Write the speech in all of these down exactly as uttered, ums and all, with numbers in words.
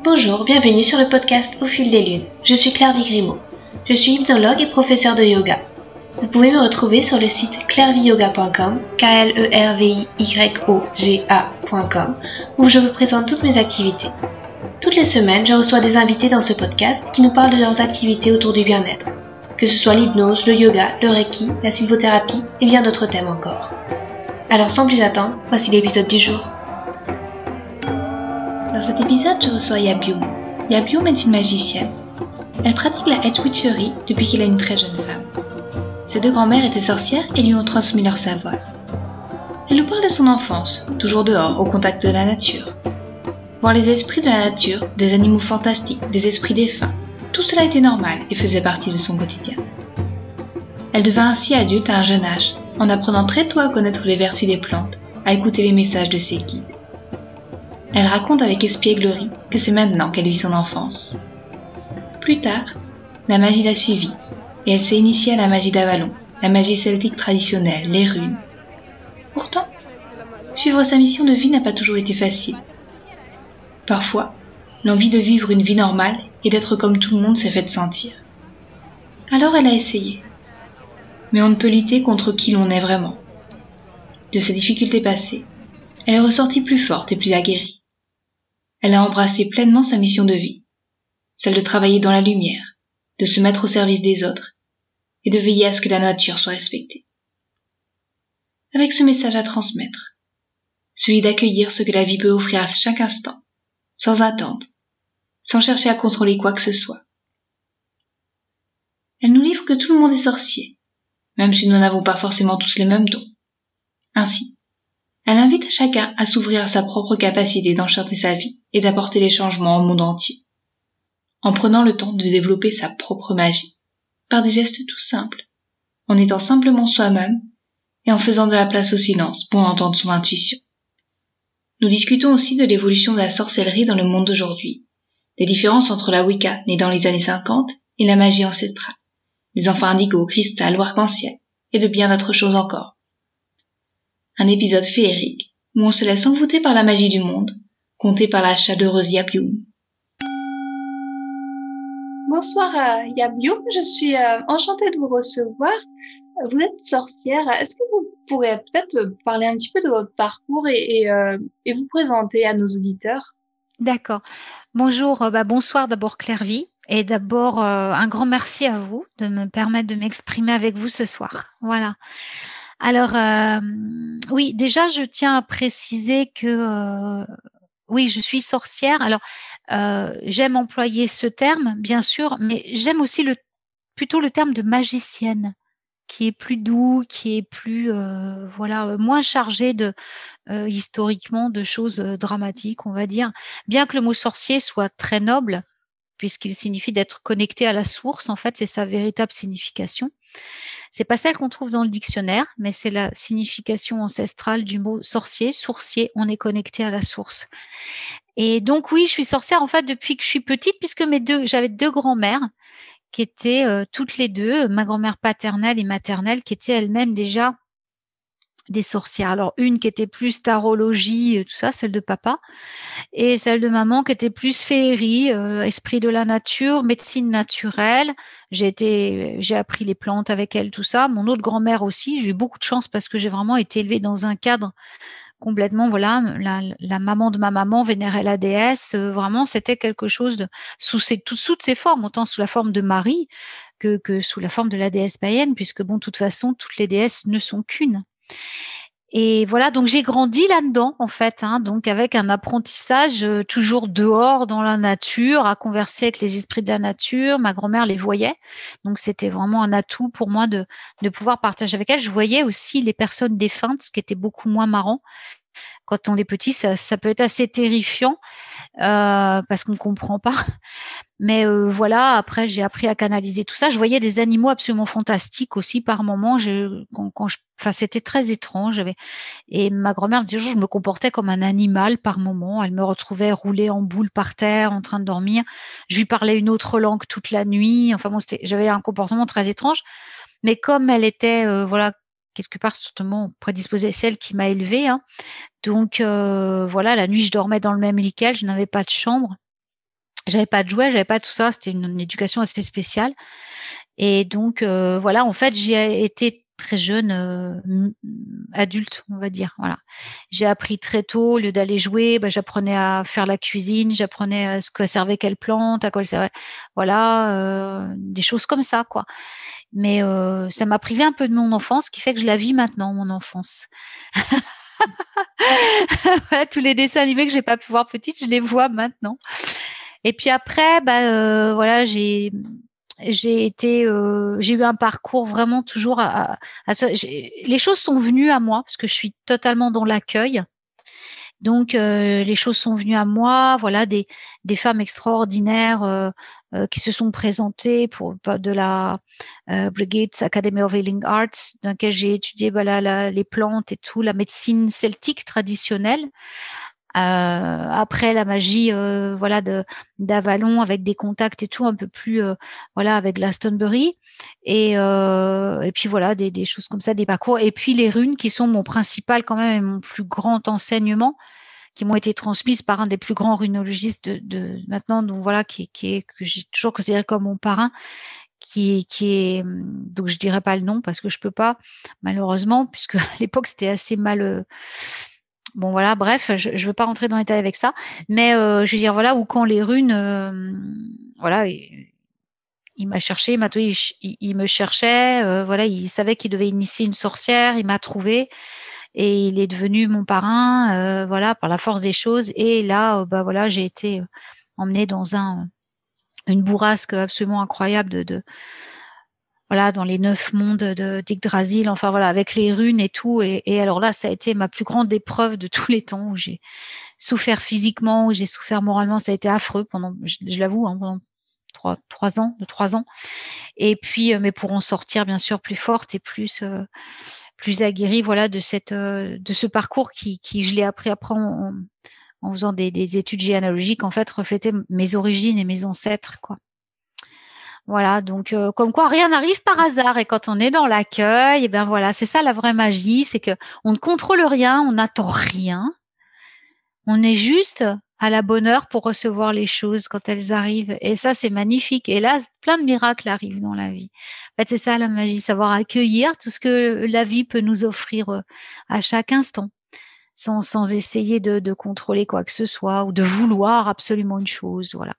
Bonjour, bienvenue sur le podcast Au fil des lunes. Je suis Claire Vigrimaud. Je suis hypnologue et professeure de yoga. Vous pouvez me retrouver sur le site claire vie yoga point com, K L E R V I Y O G A point com, où je vous présente toutes mes activités. Toutes les semaines, je reçois des invités dans ce podcast qui nous parlent de leurs activités autour du bien-être, que ce soit l'hypnose, le yoga, le reiki, la sylvothérapie et bien d'autres thèmes encore. Alors sans plus attendre, voici l'épisode du jour. Dans cet épisode, je reçois Yabioum. Yabioum est une magicienne. Elle pratique la head witchery depuis qu'elle est une très jeune femme. Ses deux grands-mères étaient sorcières et lui ont transmis leur savoir. Elle nous parle de son enfance, toujours dehors, au contact de la nature. Voir les esprits de la nature, des animaux fantastiques, des esprits défunts, tout cela était normal et faisait partie de son quotidien. Elle devint ainsi adulte à un jeune âge, en apprenant très tôt à connaître les vertus des plantes, à écouter les messages de ses guides. Elle raconte avec espièglerie que c'est maintenant qu'elle vit son enfance. Plus tard, la magie l'a suivie, et elle s'est initiée à la magie d'Avalon, la magie celtique traditionnelle, les runes. Pourtant, suivre sa mission de vie n'a pas toujours été facile. Parfois, l'envie de vivre une vie normale et d'être comme tout le monde s'est faite sentir. Alors elle a essayé. Mais on ne peut lutter contre qui l'on est vraiment. De ses difficultés passées, elle est ressortie plus forte et plus aguerrie. Elle a embrassé pleinement sa mission de vie, celle de travailler dans la lumière, de se mettre au service des autres et de veiller à ce que la nature soit respectée. Avec ce message à transmettre, celui d'accueillir ce que la vie peut offrir à chaque instant, sans attendre, sans chercher à contrôler quoi que ce soit. Elle nous livre que tout le monde est sorcier, même si nous n'avons pas forcément tous les mêmes dons. Ainsi, elle invite chacun à s'ouvrir à sa propre capacité d'enchanter sa vie et d'apporter les changements au monde entier, en prenant le temps de développer sa propre magie, par des gestes tout simples, en étant simplement soi-même et en faisant de la place au silence pour entendre son intuition. Nous discutons aussi de l'évolution de la sorcellerie dans le monde d'aujourd'hui, des différences entre la Wicca née dans les années cinquante et la magie ancestrale, les enfants indigos, cristal ou arc-en-ciel, et de bien d'autres choses encore. Un épisode féerique où on se laisse envoûter par la magie du monde, conté par la chaleureuse Yabioum. Bonsoir euh, Yabioum, je suis euh, enchantée de vous recevoir. Vous êtes sorcière, est-ce que vous pourrez peut-être parler un petit peu de votre parcours et, et, euh, et vous présenter à nos auditeurs? D'accord. Bonjour, euh, bah, bonsoir d'abord Claire Vie. Et d'abord, euh, un grand merci à vous de me permettre de m'exprimer avec vous ce soir. Voilà. Alors, euh, oui, déjà, je tiens à préciser que, euh, oui, je suis sorcière. Alors, euh, j'aime employer ce terme, bien sûr, mais j'aime aussi le, plutôt le terme de magicienne, qui est plus doux, qui est plus, euh, voilà, moins chargé de, euh, historiquement, de choses euh, dramatiques, on va dire. Bien que le mot sorcier soit très noble, puisqu'il signifie d'être connecté à la source, en fait, c'est sa véritable signification. C'est pas celle qu'on trouve dans le dictionnaire, mais c'est la signification ancestrale du mot sorcier, sourcier, on est connecté à la source. Et donc oui, je suis sorcière en fait depuis que je suis petite, puisque mes deux, j'avais deux grands-mères qui étaient euh, toutes les deux, ma grand-mère paternelle et maternelle, qui étaient elles-mêmes déjà des sorcières. Alors une qui était plus tarologie, tout ça, celle de papa, et celle de maman qui était plus féerie, euh, esprit de la nature, médecine naturelle. J'ai été, j'ai appris les plantes avec elle, tout ça. Mon autre grand-mère aussi. J'ai eu beaucoup de chance parce que j'ai vraiment été élevée dans un cadre complètement, voilà, la, la maman de ma maman vénérait la déesse. Euh, vraiment, c'était quelque chose de sous ses, tout, toutes ses formes, autant sous la forme de Marie que, que sous la forme de la déesse païenne, puisque bon, de toute façon, toutes les déesses ne sont qu'une. Et voilà, donc j'ai grandi là-dedans, en fait, hein, donc avec un apprentissage euh, toujours dehors, dans la nature, à converser avec les esprits de la nature. Ma grand-mère les voyait, donc c'était vraiment un atout pour moi de, de pouvoir partager avec elle. Je voyais aussi les personnes défuntes, ce qui était beaucoup moins marrant. Quand on est petit, ça, ça peut être assez terrifiant euh, parce qu'on ne comprend pas. Mais euh, voilà, après, j'ai appris à canaliser tout ça. Je voyais des animaux absolument fantastiques aussi par moments. Je, quand, quand je, enfin, c'était très étrange. J'avais, et ma grand-mère me disait, je me comportais comme un animal par moments. Elle me retrouvait roulée en boule par terre, en train de dormir. Je lui parlais une autre langue toute la nuit. Enfin bon, c'était, j'avais un comportement très étrange. Mais comme elle était, euh, voilà, quelque part certainement prédisposée, celle qui m'a élevée, hein. Donc euh, voilà, la nuit, je dormais dans le même lit qu'elle. Je n'avais pas de chambre. J'avais pas de jouets, j'avais pas tout ça. C'était une, une éducation assez spéciale. Et donc, euh, voilà, en fait, j'ai été très jeune, euh, adulte, on va dire. Voilà. J'ai appris très tôt, au lieu d'aller jouer, bah, j'apprenais à faire la cuisine, j'apprenais à ce que servait quelle plante, à quoi elle servait. Voilà, euh, des choses comme ça, quoi. Mais euh, ça m'a privé un peu de mon enfance, ce qui fait que je la vis maintenant, mon enfance. Voilà, tous les dessins animés que j'ai pas pu voir petite, je les vois maintenant. Et puis après, bah, euh, voilà, j'ai j'ai été, euh, j'ai eu un parcours vraiment toujours à, à, à les choses sont venues à moi parce que je suis totalement dans l'accueil. Donc euh, les choses sont venues à moi, voilà, des, des femmes extraordinaires euh, euh, qui se sont présentées pour de la euh, Brigitte Academy of Healing Arts, dans laquelle j'ai étudié bah, la, la, les plantes et tout, la médecine celtique traditionnelle. Euh, après la magie, euh, voilà, de d'Avalon avec des contacts et tout un peu plus, euh, voilà, avec Glastonbury et euh, et puis voilà des, des choses comme ça, des parcours. Et puis les runes qui sont mon principal quand même et mon plus grand enseignement, qui m'ont été transmises par un des plus grands runologistes de, de maintenant, donc voilà, qui, qui est que j'ai toujours considéré comme mon parrain, qui, qui est donc je dirais pas le nom parce que je peux pas malheureusement puisque à l'époque c'était assez mal. Euh, Bon voilà, bref, je ne veux pas rentrer dans les détails avec ça, mais euh, je veux dire voilà où quand les runes, euh, voilà, il, il m'a cherché, il m'a il, il, il me cherchait, euh, voilà, il savait qu'il devait initier une sorcière, il m'a trouvé et il est devenu mon parrain, euh, voilà, par la force des choses. Et là, euh, bah voilà, j'ai été emmenée dans un une bourrasque absolument incroyable de, de voilà, dans les neuf mondes de d'Yggdrasil, enfin voilà, avec les runes et tout. Et, et alors là, ça a été ma plus grande épreuve de tous les temps où j'ai souffert physiquement, où j'ai souffert moralement. Ça a été affreux pendant, je, je l'avoue, hein, pendant trois, trois ans, de trois ans. Et puis, euh, mais pour en sortir, bien sûr, plus forte et plus, euh, plus aguerrie, voilà, de cette, euh, de ce parcours qui, qui je l'ai appris après en, en faisant des, des études généalogiques, en fait, refléter mes origines et mes ancêtres, quoi. Voilà, donc euh, comme quoi rien n'arrive par hasard et quand on est dans l'accueil, et ben voilà, c'est ça la vraie magie, c'est que on ne contrôle rien, on n'attend rien, on est juste à la bonne heure pour recevoir les choses quand elles arrivent et ça c'est magnifique et là plein de miracles arrivent dans la vie. En fait, c'est ça la magie, savoir accueillir tout ce que la vie peut nous offrir euh, à chaque instant. Sans, sans essayer de, de contrôler quoi que ce soit ou de vouloir absolument une chose, voilà.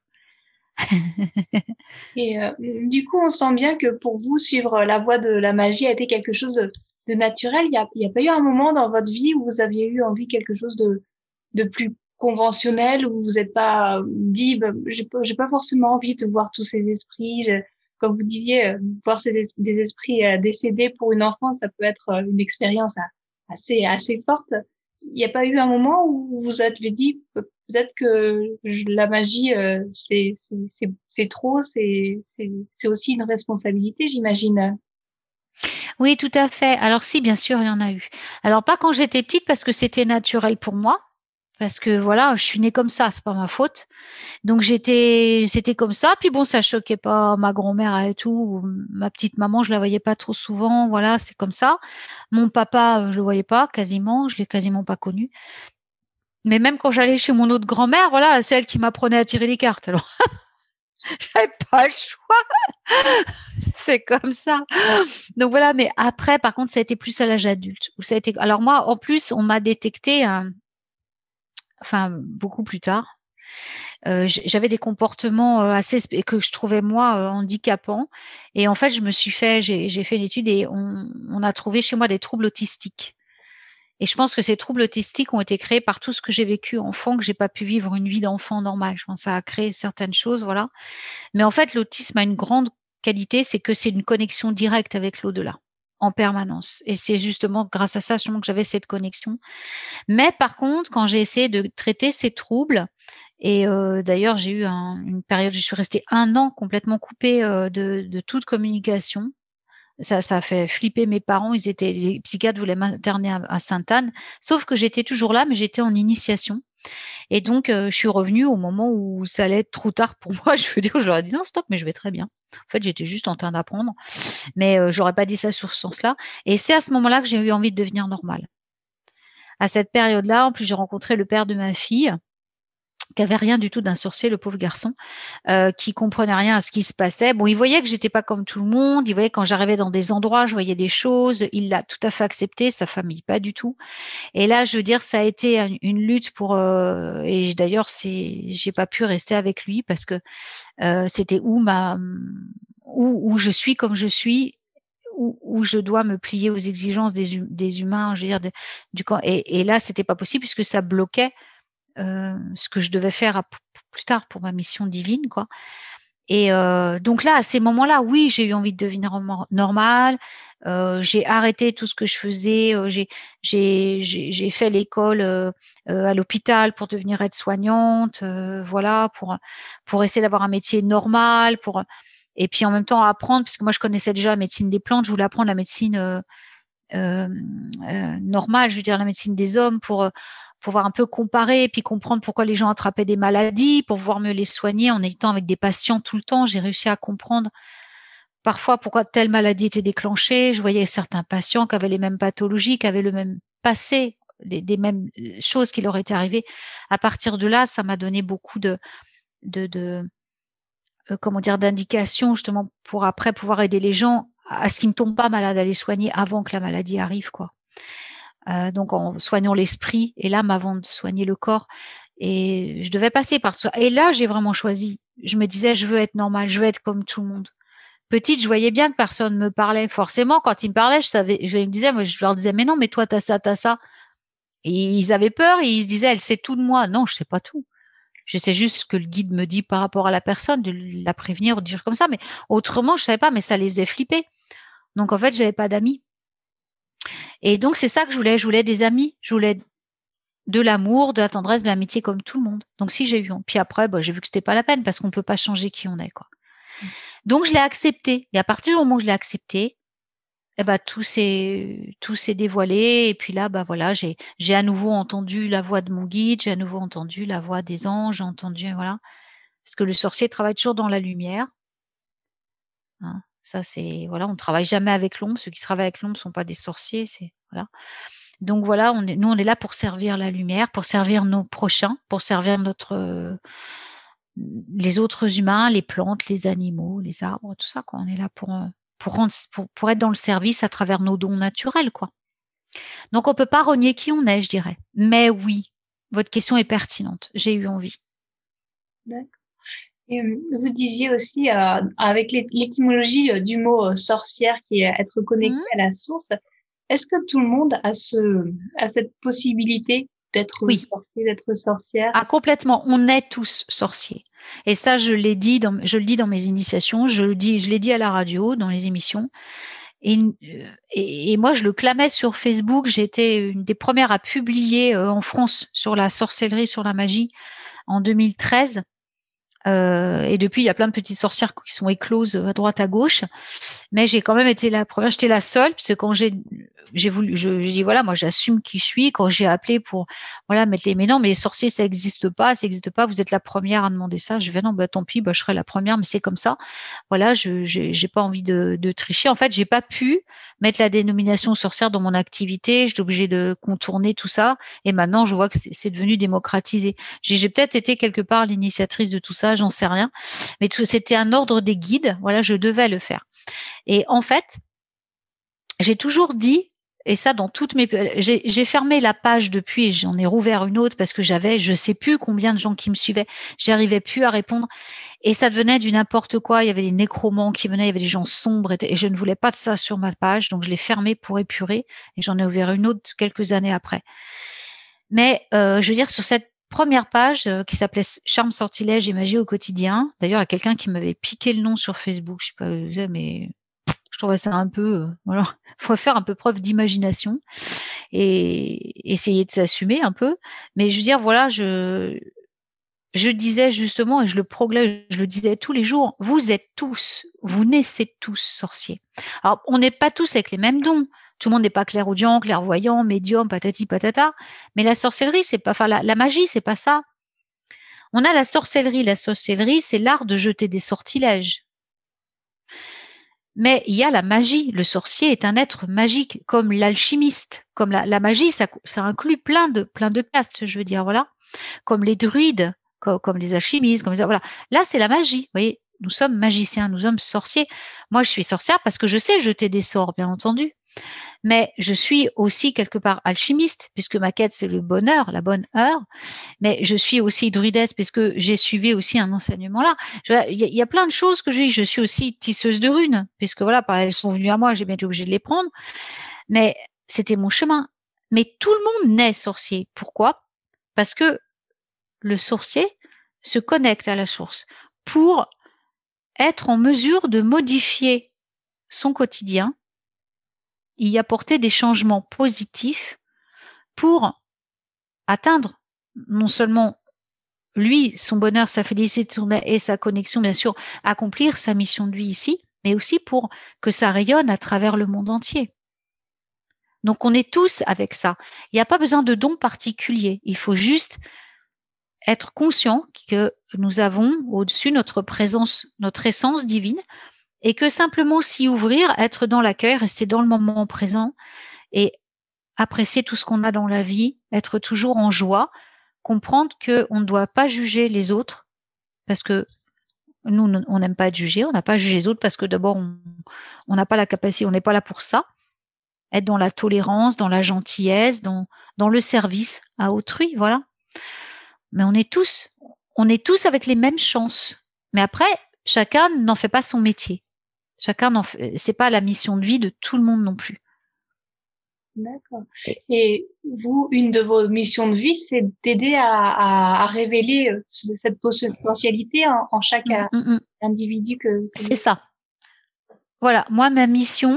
Et euh, du coup, on sent bien que pour vous, suivre la voie de la magie a été quelque chose de, de naturel. Il n'y a, il y a pas eu un moment dans votre vie où vous aviez eu envie de quelque chose de, de plus conventionnel, où vous n'êtes pas dit, bah, j'ai pas, j'ai pas forcément envie de voir tous ces esprits. Je, comme vous disiez, euh, voir ces, es- des esprits euh, décédés pour une enfant, ça peut être euh, une expérience a- assez, assez forte. Il n'y a pas eu un moment où vous vous avez dit, peut-être que je- la magie, euh, c'est c'est c'est c'est trop, c'est c'est c'est aussi une responsabilité, j'imagine. Oui, tout à fait. Alors si, bien sûr, il y en a eu. Alors pas quand j'étais petite parce que c'était naturel pour moi, parce que voilà, je suis née comme ça, c'est pas ma faute. Donc j'étais, c'était comme ça. Puis bon, ça choquait pas ma grand-mère et tout. Ma petite maman, je la voyais pas trop souvent. Voilà, c'est comme ça. Mon papa, euh, je le voyais pas quasiment, je l'ai quasiment pas connu. Mais même quand j'allais chez mon autre grand-mère, voilà, c'est elle qui m'apprenait à tirer les cartes. Alors, j'avais pas le choix. C'est comme ça. Donc voilà, mais après, par contre, ça a été plus à l'âge adulte. Où ça a été... Alors moi, en plus, on m'a détecté, euh, enfin, beaucoup plus tard. Euh, j'avais des comportements euh, assez que je trouvais moi euh, handicapants. Et en fait, je me suis fait, j'ai j'ai fait une étude et on, on a trouvé chez moi des troubles autistiques. Et je pense que ces troubles autistiques ont été créés par tout ce que j'ai vécu enfant, que j'ai pas pu vivre une vie d'enfant normale. Je pense que ça a créé certaines choses, voilà. Mais en fait, l'autisme a une grande qualité, c'est que c'est une connexion directe avec l'au-delà en permanence. Et c'est justement grâce à ça sûrement que j'avais cette connexion. Mais par contre, quand j'ai essayé de traiter ces troubles, et euh, d'ailleurs j'ai eu un, une période, je suis restée un an complètement coupée euh, de, de toute communication. Ça, ça a fait flipper mes parents. Ils étaient, les psychiatres voulaient m'interner à, à Sainte-Anne, sauf que j'étais toujours là, mais j'étais en initiation. Et donc, euh, je suis revenue au moment où ça allait être trop tard pour moi. Je veux dire, je leur ai dit non, stop, mais je vais très bien. En fait, j'étais juste en train d'apprendre, mais euh, je n'aurais pas dit ça sur ce sens-là. Et c'est à ce moment-là que j'ai eu envie de devenir normale. À cette période-là, en plus, j'ai rencontré le père de ma fille, qui avait rien du tout d'un sorcier, le pauvre garçon, euh, qui comprenait rien à ce qui se passait. Bon, il voyait que j'étais pas comme tout le monde. Il voyait quand j'arrivais dans des endroits, je voyais des choses. Il l'a tout à fait accepté, sa famille pas du tout. Et là, je veux dire, ça a été un- une lutte pour. Euh, et d'ailleurs, c'est, j'ai pas pu rester avec lui parce que euh, c'était où ma, où, où je suis comme je suis. Où, où je dois me plier aux exigences des, hu- des humains, je veux dire, de- du camp. Et, et là, c'était pas possible puisque ça bloquait euh, ce que je devais faire à- plus tard pour ma mission divine, quoi. Et euh, donc là, à ces moments-là, oui, j'ai eu envie de devenir normal. Euh, j'ai arrêté tout ce que je faisais. Euh, j'ai, j'ai, j'ai, j'ai fait l'école euh, euh, à l'hôpital pour devenir aide-soignante. Euh, voilà, pour pour essayer d'avoir un métier normal. Pour et puis en même temps apprendre, puisque moi je connaissais déjà la médecine des plantes, je voulais apprendre la médecine euh, euh, euh, normale, je veux dire la médecine des hommes, pour pouvoir un peu comparer et puis comprendre pourquoi les gens attrapaient des maladies, pour pouvoir me les soigner en étant avec des patients tout le temps. J'ai réussi à comprendre parfois pourquoi telle maladie était déclenchée. Je voyais certains patients qui avaient les mêmes pathologies, qui avaient le même passé, des, des mêmes choses qui leur étaient arrivées. À partir de là, ça m'a donné beaucoup de, de, de euh, comment dire, d'indications justement pour après pouvoir aider les gens à ce qu'ils ne tombent pas malades, à les soigner avant que la maladie arrive, quoi. Euh, donc en soignant l'esprit et l'âme avant de soigner le corps. Et je devais passer par tout ça. Et là, j'ai vraiment choisi. Je me disais, je veux être normale, je veux être comme tout le monde. Petite, je voyais bien que personne ne me parlait. Forcément, quand ils me parlaient, je savais, je me disais, moi, je leur disais, mais non, mais toi, t'as ça, t'as ça. Et ils avaient peur et ils se disaient, elle sait tout de moi. Non, je sais pas tout. Je sais juste ce que le guide me dit par rapport à la personne, de la prévenir, de dire comme ça. Mais autrement, je savais pas, mais ça les faisait flipper. Donc, en fait, j'avais pas d'amis. Et donc, c'est ça que je voulais. Je voulais des amis. Je voulais de l'amour, de la tendresse, de l'amitié comme tout le monde. Donc, si j'ai eu. Puis après, bah, j'ai vu que c'était pas la peine parce qu'on peut pas changer qui on est, quoi. Donc, je l'ai accepté. Et à partir du moment où je l'ai accepté, eh ben, tout s'est, tout s'est dévoilé. Et puis là, bah, voilà, j'ai, j'ai à nouveau entendu la voix de mon guide, j'ai à nouveau entendu la voix des anges, j'ai entendu, voilà. Parce que le sorcier travaille toujours dans la lumière. Hein. Ça, c'est, voilà, on ne travaille jamais avec l'ombre. Ceux qui travaillent avec l'ombre ne sont pas des sorciers, c'est, voilà. Donc voilà, on est, nous, on est là pour servir la lumière, pour servir nos prochains, pour servir notre, euh, les autres humains, les plantes, les animaux, les arbres, tout ça, quoi. On est là pour, euh, pour, rendre, pour, pour être dans le service à travers nos dons naturels, quoi. Donc, on ne peut pas renier qui on est, je dirais. Mais oui, votre question est pertinente. J'ai eu envie. D'accord. Et euh, vous disiez aussi, euh, avec l'étymologie euh, du mot euh, sorcière, qui est être connecté Mmh. à la source, est-ce que tout le monde a, ce, a cette possibilité d'être Oui. sorcier, d'être sorcière? Ah, complètement. On est tous sorciers. Et ça, je l'ai dit dans, je le dis dans mes initiations, je le dis, je l'ai dit à la radio, dans les émissions. Et, et, et moi, je le clamais sur Facebook. J'étais une des premières à publier euh, en France sur la sorcellerie, sur la magie en deux mille treize. Euh, et depuis, il y a plein de petites sorcières qui sont écloses à droite, à gauche. Mais j'ai quand même été la première. J'étais la seule, parce que quand j'ai, j'ai voulu, je, j'ai dit voilà, moi j'assume qui je suis. Quand j'ai appelé pour, voilà, mettre les, mais non, mais les sorciers ça n'existe pas, ça n'existe pas. Vous êtes la première à demander ça. Je vais non, bah tant pis, bah je serai la première, mais c'est comme ça. Voilà, je, j'ai, j'ai pas envie de, de tricher. En fait, j'ai pas pu mettre la dénomination sorcière dans mon activité. J'étais obligée de contourner tout ça. Et maintenant, je vois que c'est, c'est devenu démocratisé. J'ai, j'ai peut-être été quelque part l'initiatrice de tout ça, j'en sais rien. Mais tout, c'était un ordre des guides. Voilà, je devais le faire. Et en fait, j'ai toujours dit, et ça dans toutes mes, j'ai, j'ai fermé la page depuis et j'en ai rouvert une autre parce que j'avais, je sais plus combien de gens qui me suivaient, j'arrivais plus à répondre et ça devenait du n'importe quoi. Il y avait des nécromants qui venaient, il y avait des gens sombres et, et je ne voulais pas de ça sur ma page, donc je l'ai fermée pour épurer et j'en ai ouvert une autre quelques années après. Mais euh, je veux dire sur cette première page euh, qui s'appelait Charme, sortilège et magie au quotidien. D'ailleurs, il y a quelqu'un qui m'avait piqué le nom sur Facebook, je sais pas, mais je trouvais ça un peu, euh, voilà, faut faire un peu preuve d'imagination et essayer de s'assumer un peu. Mais je veux dire, voilà, je, je disais justement, et je le progrès, je le disais tous les jours, vous êtes tous, vous naissez tous sorciers. Alors, on n'est pas tous avec les mêmes dons. Tout le monde n'est pas clairaudient, clairvoyant, médium, patati patata. Mais la sorcellerie, c'est pas, enfin, la, la magie, c'est pas ça. On a la sorcellerie. La sorcellerie, c'est l'art de jeter des sortilèges. Mais il y a la magie. Le sorcier est un être magique, comme l'alchimiste, comme la, la magie, ça, ça inclut plein de, plein de castes, je veux dire, voilà. Comme les druides, comme, comme les alchimistes, comme ça, voilà. Là, c'est la magie. Vous voyez, nous sommes magiciens, nous sommes sorciers. Moi, je suis sorcière parce que je sais jeter des sorts, bien entendu. Mais je suis aussi quelque part alchimiste, puisque ma quête, c'est le bonheur, la bonne heure. Mais je suis aussi druidesse, puisque j'ai suivi aussi un enseignement là. Il y, y a plein de choses que je dis. Je suis aussi tisseuse de runes, puisque voilà, elles sont venues à moi, j'ai bien été obligée de les prendre. Mais c'était mon chemin. Mais tout le monde naît sorcier. Pourquoi? Parce que le sorcier se connecte à la source pour être en mesure de modifier son quotidien, y apporter des changements positifs pour atteindre non seulement lui, son bonheur, sa félicité et sa connexion, bien sûr, accomplir sa mission de vie ici, mais aussi pour que ça rayonne à travers le monde entier. Donc, on est tous avec ça. Il n'y a pas besoin de dons particuliers. Il faut juste être conscient que nous avons au-dessus notre présence, notre essence divine, et que simplement s'y ouvrir, être dans l'accueil, rester dans le moment présent et apprécier tout ce qu'on a dans la vie, être toujours en joie, comprendre qu'on ne doit pas juger les autres parce que nous, on n'aime pas être jugé, on n'a pas à juger les autres parce que d'abord, on n'a pas la capacité, on n'est pas là pour ça. Être dans la tolérance, dans la gentillesse, dans, dans le service à autrui, voilà. Mais on est tous, on est tous avec les mêmes chances. Mais après, chacun n'en fait pas son métier. Chacun n'en fait, c'est pas la mission de vie de tout le monde non plus. D'accord. Et vous, une de vos missions de vie, c'est d'aider à, à, à révéler cette potentialité en, en chaque mmh, mmh. individu que, que c'est ça. Voilà. Moi, ma mission,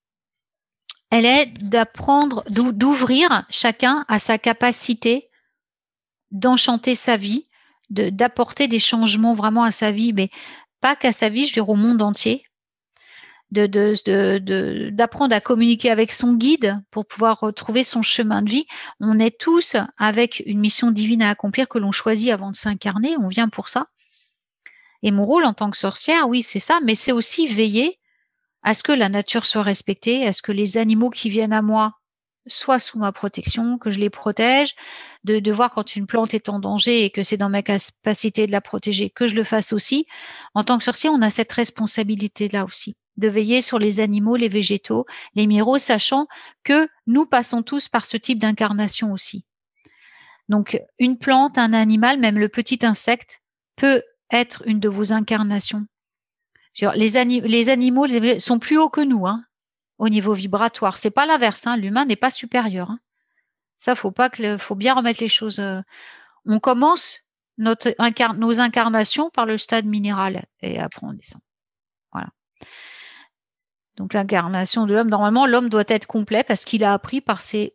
elle est d'apprendre, d'ouvrir chacun à sa capacité d'enchanter sa vie, de, d'apporter des changements vraiment à sa vie, mais pas qu'à sa vie, je veux dire au monde entier. De, de, de, de, d'apprendre à communiquer avec son guide pour pouvoir retrouver son chemin de vie. On est tous avec une mission divine à accomplir que l'on choisit avant de s'incarner. On vient pour ça. Et mon rôle en tant que sorcière, oui, c'est ça, mais c'est aussi veiller à ce que la nature soit respectée, à ce que les animaux qui viennent à moi soient sous ma protection, que je les protège, de, de voir quand une plante est en danger et que c'est dans ma capacité de la protéger, que je le fasse aussi. En tant que sorcier, on a cette responsabilité-là aussi, de veiller sur les animaux, les végétaux, les minéraux, sachant que nous passons tous par ce type d'incarnation aussi. Donc, une plante, un animal, même le petit insecte, peut être une de vos incarnations. Les, anim- les animaux sont plus hauts que nous, hein, au niveau vibratoire. C'est pas l'inverse, hein. L'humain n'est pas supérieur. Hein. Ça, faut pas que, le, faut bien remettre les choses. Euh, on commence notre incar- nos incarnations par le stade minéral et après on descend. Voilà. Donc l'incarnation de l'homme, normalement, l'homme doit être complet parce qu'il a appris par ses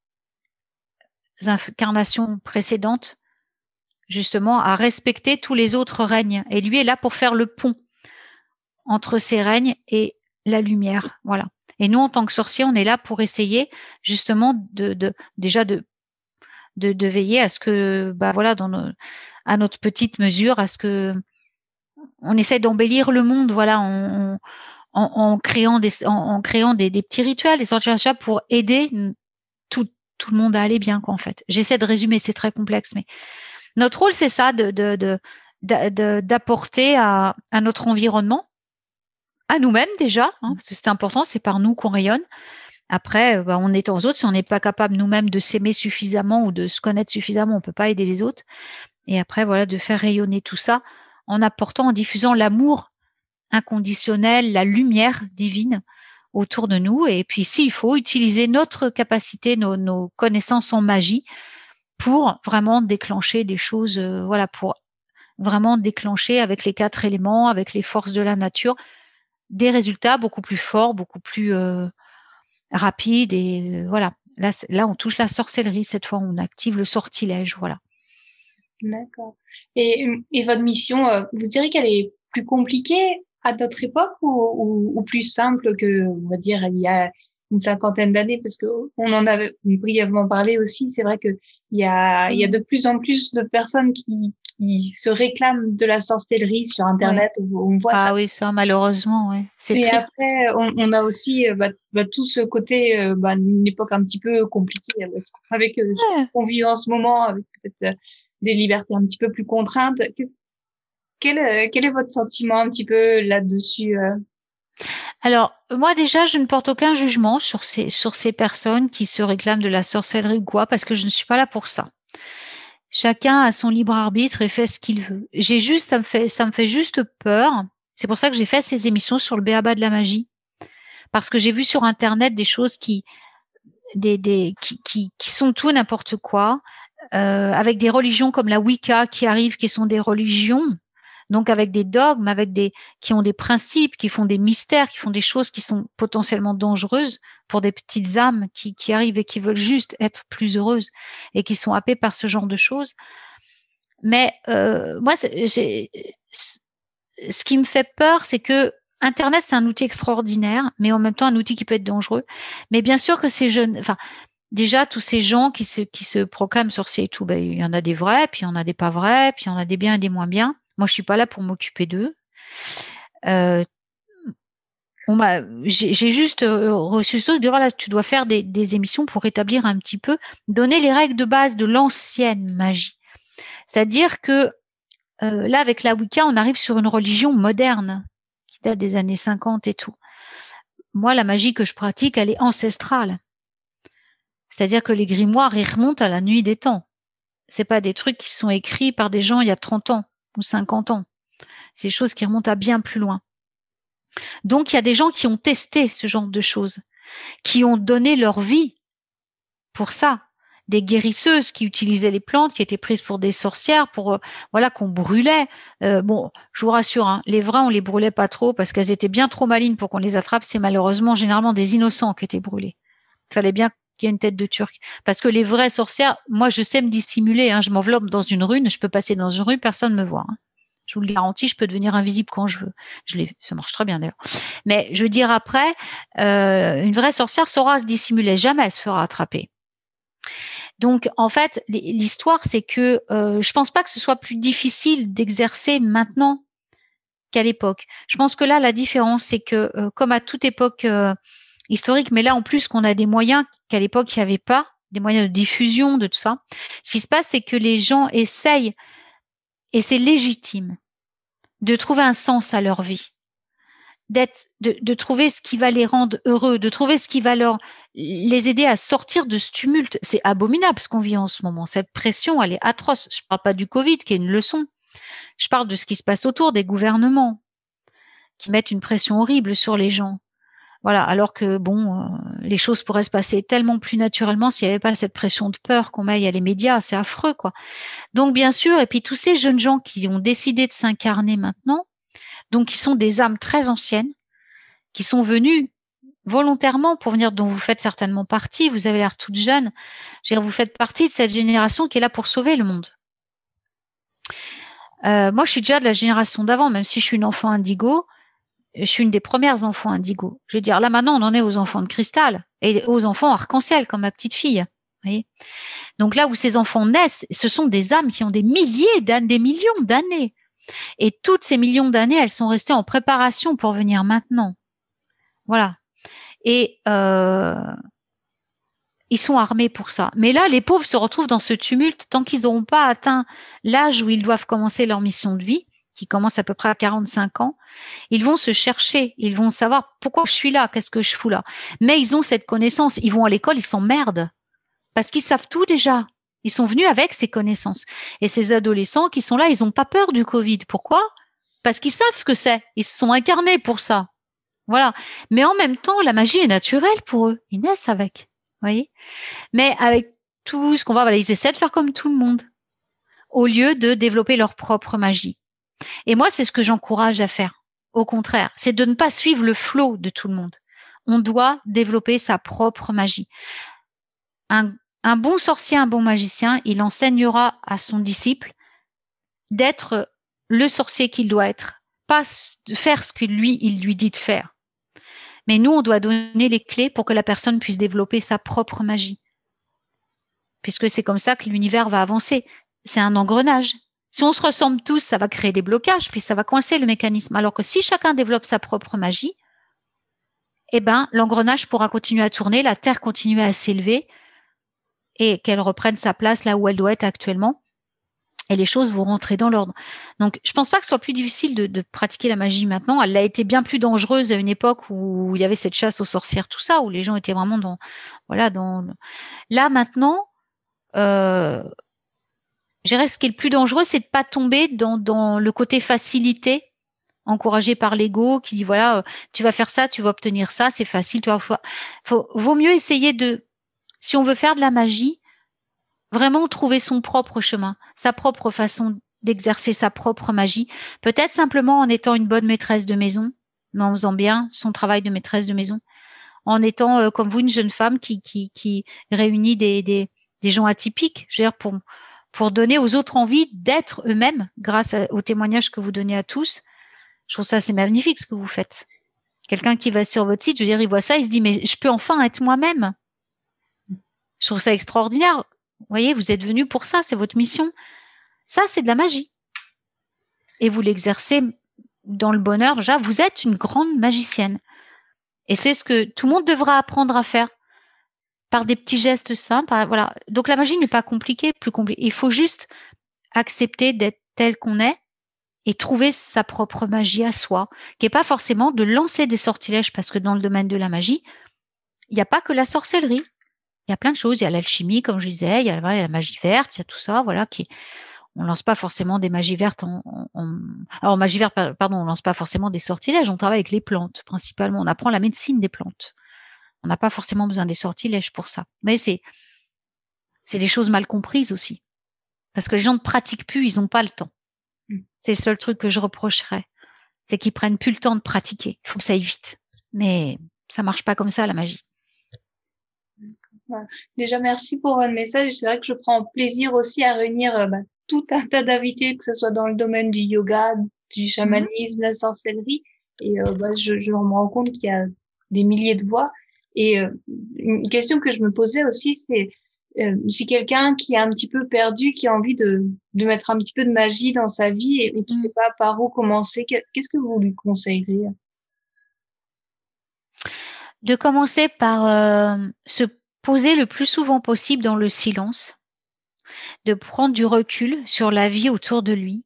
incarnations précédentes justement à respecter tous les autres règnes. Et lui est là pour faire le pont entre ces règnes et la lumière. Voilà. Et nous, en tant que sorciers, on est là pour essayer justement de, de déjà de, de, de veiller à ce que, bah voilà, dans nos, à notre petite mesure, à ce que on essaie d'embellir le monde, voilà, en, en, en créant des, en, en créant des, des petits rituels, des sorties rituels pour aider tout, tout le monde à aller bien, quoi, en fait. J'essaie de résumer, c'est très complexe, mais notre rôle, c'est ça, de, de, de, de, de d'apporter à, à notre environnement, à nous-mêmes déjà, hein, parce que c'est important, c'est par nous qu'on rayonne. Après, bah, on est aux autres, si on n'est pas capable nous-mêmes de s'aimer suffisamment ou de se connaître suffisamment, on ne peut pas aider les autres. Et après, voilà, de faire rayonner tout ça en apportant, en diffusant l'amour inconditionnel, la lumière divine autour de nous. Et puis, s'il faut, utiliser notre capacité, nos, nos connaissances en magie pour vraiment déclencher des choses, euh, voilà, pour vraiment déclencher avec les quatre éléments, avec les forces de la nature, des résultats beaucoup plus forts, beaucoup plus euh, rapides. Et euh, voilà, là, là, on touche la sorcellerie cette fois, on active le sortilège, voilà. D'accord. Et, et votre mission, euh, vous direz qu'elle est plus compliquée à notre époque ou, ou, ou plus simple que, on va dire, il y a une cinquantaine d'années, parce que on en avait brièvement parlé aussi. C'est vrai que il y a, il y a de plus en plus de personnes qui, qui se réclament de la sorcellerie sur Internet. Ouais. Où on voit ah ça. oui, ça, malheureusement, oui. C'est et triste. après, on, on a aussi bah, bah, tout ce côté, euh, bah, une époque un petit peu compliquée avec, avec euh, ouais. qu'on vit en ce moment, avec peut-être des libertés un petit peu plus contraintes. Qu'est-ce, quel, euh, quel est votre sentiment un petit peu là-dessus euh Alors, moi déjà, je ne porte aucun jugement sur ces, sur ces personnes qui se réclament de la sorcellerie ou quoi, parce que je ne suis pas là pour ça. Chacun a son libre arbitre et fait ce qu'il veut. J'ai juste, ça me fait, ça me fait juste peur. C'est pour ça que j'ai fait ces émissions sur le b a ba de la magie. Parce que j'ai vu sur Internet des choses qui, des, des, qui, qui, qui sont tout n'importe quoi, euh, avec des religions comme la Wicca qui arrivent, qui sont des religions, donc avec des dogmes, avec des, qui ont des principes, qui font des mystères, qui font des choses qui sont potentiellement dangereuses pour des petites âmes qui, qui arrivent et qui veulent juste être plus heureuses et qui sont happées par ce genre de choses. Mais euh, moi, j'ai, ce qui me fait peur, c'est que Internet, c'est un outil extraordinaire, mais en même temps un outil qui peut être dangereux. Mais bien sûr que ces jeunes, enfin, déjà tous ces gens qui se qui se proclament sorciers et tout, ben il y en a des vrais, puis il y en a des pas vrais, puis il y en a des biens et des moins bien. Moi, je suis pas là pour m'occuper d'eux. Euh, on m'a, j'ai, j'ai juste reçu ça de dire voilà, tu dois faire des, des émissions pour établir un petit peu, donner les règles de base de l'ancienne magie. C'est-à-dire que euh, là, avec la Wicca, on arrive sur une religion moderne qui date des années cinquante et tout. Moi, la magie que je pratique, elle est ancestrale. C'est-à-dire que les grimoires, ils remontent à la nuit des temps. C'est pas des trucs qui sont écrits par des gens il y a trente ans ou cinquante ans. C'est des choses qui remontent à bien plus loin. Donc, il y a des gens qui ont testé ce genre de choses, qui ont donné leur vie pour ça. Des guérisseuses qui utilisaient les plantes, qui étaient prises pour des sorcières, pour euh, voilà qu'on brûlait. Euh, bon, je vous rassure, hein, les vrais on les brûlait pas trop parce qu'elles étaient bien trop malines pour qu'on les attrape. C'est malheureusement généralement des innocents qui étaient brûlés. Il fallait bien qu'il y ait une tête de Turc, parce que les vraies sorcières, moi je sais me dissimuler. Hein, je m'enveloppe dans une rune, je peux passer dans une rue, personne ne me voit. Hein. Je vous le garantis, je peux devenir invisible quand je veux. Je l'ai, ça marche très bien d'ailleurs. Mais je veux dire après, euh, une vraie sorcière saura se dissimuler, jamais elle se fera attraper. Donc, en fait, l'histoire, c'est que euh, je pense pas que ce soit plus difficile d'exercer maintenant qu'à l'époque. Je pense que là, la différence, c'est que, euh, comme à toute époque euh, historique, mais là, en plus, qu'on a des moyens qu'à l'époque, il n'y avait pas, des moyens de diffusion, de tout ça, ce qui se passe, c'est que les gens essayent, et c'est légitime, de trouver un sens à leur vie. D'être, de, de trouver ce qui va les rendre heureux, de trouver ce qui va leur les aider à sortir de ce tumulte. C'est abominable ce qu'on vit en ce moment. Cette pression, elle est atroce. Je ne parle pas du Covid, qui est une leçon. Je parle de ce qui se passe autour des gouvernements, qui mettent une pression horrible sur les gens. Voilà, alors que bon, euh, les choses pourraient se passer tellement plus naturellement s'il n'y avait pas cette pression de peur qu'on met à les médias. C'est affreux, quoi. Donc, bien sûr, et puis tous ces jeunes gens qui ont décidé de s'incarner maintenant, donc qui sont des âmes très anciennes, qui sont venues volontairement pour venir, dont vous faites certainement partie, vous avez l'air toute jeune, je veux dire, vous faites partie de cette génération qui est là pour sauver le monde. Euh, moi, je suis déjà de la génération d'avant, même si je suis une enfant indigo, je suis une des premières enfants indigo. Je veux dire, là maintenant, on en est aux enfants de cristal et aux enfants arc-en-ciel, comme ma petite fille. Vous voyez. Donc là où ces enfants naissent, ce sont des âmes qui ont des milliers d'années, des millions d'années. Et toutes ces millions d'années, elles sont restées en préparation pour venir maintenant. Voilà. Et euh, ils sont armés pour ça. Mais là, les pauvres se retrouvent dans ce tumulte tant qu'ils n'auront pas atteint l'âge où ils doivent commencer leur mission de vie, qui commence à peu près à quarante-cinq ans. Ils vont se chercher, ils vont savoir pourquoi je suis là, qu'est-ce que je fous là. Mais ils ont cette connaissance, ils vont à l'école, ils s'emmerdent parce qu'ils savent tout déjà. Ils sont venus avec ces connaissances. Et ces adolescents qui sont là, ils n'ont pas peur du Covid. Pourquoi? Parce qu'ils savent ce que c'est. Ils se sont incarnés pour ça. Voilà. Mais en même temps, la magie est naturelle pour eux. Ils naissent avec. Vous voyez? Mais avec tout ce qu'on va, voilà, ils essaient de faire comme tout le monde, au lieu de développer leur propre magie. Et moi, c'est ce que j'encourage à faire. Au contraire, c'est de ne pas suivre le flot de tout le monde. On doit développer sa propre magie. Un, un bon sorcier, un bon magicien, il enseignera à son disciple d'être le sorcier qu'il doit être, pas de faire ce que lui, il lui dit de faire. Mais nous, on doit donner les clés pour que la personne puisse développer sa propre magie. Puisque c'est comme ça que l'univers va avancer. C'est un engrenage. Si on se ressemble tous, ça va créer des blocages, puis ça va coincer le mécanisme. Alors que si chacun développe sa propre magie, eh ben, l'engrenage pourra continuer à tourner, la Terre continuer à s'élever et qu'elle reprenne sa place là où elle doit être actuellement. et les choses vont rentrer dans l'ordre. Donc, je pense pas que ce soit plus difficile de, de pratiquer la magie maintenant. Elle a été bien plus dangereuse à une époque où il y avait cette chasse aux sorcières, tout ça, où les gens étaient vraiment dans, voilà, dans. Là maintenant, euh, je dirais ce qui est le plus dangereux, c'est de pas tomber dans, dans le côté facilité, encouragé par l'ego, qui dit voilà, euh, tu vas faire ça, tu vas obtenir ça, c'est facile. Tu vois, faut, faut, vaut mieux essayer de, si on veut faire de la magie, vraiment trouver son propre chemin, sa propre façon d'exercer sa propre magie. Peut-être simplement en étant une bonne maîtresse de maison, mais en faisant bien son travail de maîtresse de maison, en étant euh, comme vous une jeune femme qui qui, qui réunit des, des des gens atypiques, je veux dire pour pour donner aux autres envie d'être eux-mêmes grâce à, aux témoignages que vous donnez à tous. Je trouve ça c'est magnifique ce que vous faites. Quelqu'un qui va sur votre site, je veux dire, il voit ça, il se dit mais je peux enfin être moi-même. Je trouve ça extraordinaire. Vous voyez, vous êtes venu pour ça, c'est votre mission. Ça, c'est de la magie. Et vous l'exercez dans le bonheur. Déjà, vous êtes une grande magicienne. Et c'est ce que tout le monde devra apprendre à faire par des petits gestes simples. Voilà. Donc, la magie n'est pas compliquée, plus compliquée. Il faut juste accepter d'être tel qu'on est et trouver sa propre magie à soi, qui n'est pas forcément de lancer des sortilèges, parce que dans le domaine de la magie, il n'y a pas que la sorcellerie. Il y a plein de choses. Il y a l'alchimie, comme je disais, il y a, voilà, il y a la magie verte, il y a tout ça, voilà, qui on lance pas forcément des magies vertes en, en, en... alors magie verte, pardon, on lance pas forcément des sortilèges. On travaille avec les plantes principalement. On apprend la médecine des plantes. On n'a pas forcément besoin des sortilèges pour ça. Mais c'est c'est des choses mal comprises aussi, parce que les gens ne pratiquent plus, ils n'ont pas le temps. Mm. C'est le seul truc que je reprocherais, c'est qu'ils prennent plus le temps de pratiquer. Il faut que ça aille vite, mais ça marche pas comme ça la magie. Voilà. Déjà, merci pour votre message. C'est vrai que je prends plaisir aussi à réunir euh, bah, tout un tas d'invités, que ce soit dans le domaine du yoga, du chamanisme, mmh. la sorcellerie. Et euh, bah, je, je me rends compte qu'il y a des milliers de voix. Et euh, une question que je me posais aussi, c'est euh, si quelqu'un qui est un petit peu perdu, qui a envie de, de mettre un petit peu de magie dans sa vie et, et qui ne mmh. sait pas par où commencer, qu'est-ce que vous lui conseilleriez? De commencer par euh, se poser le plus souvent possible dans le silence, de prendre du recul sur la vie autour de lui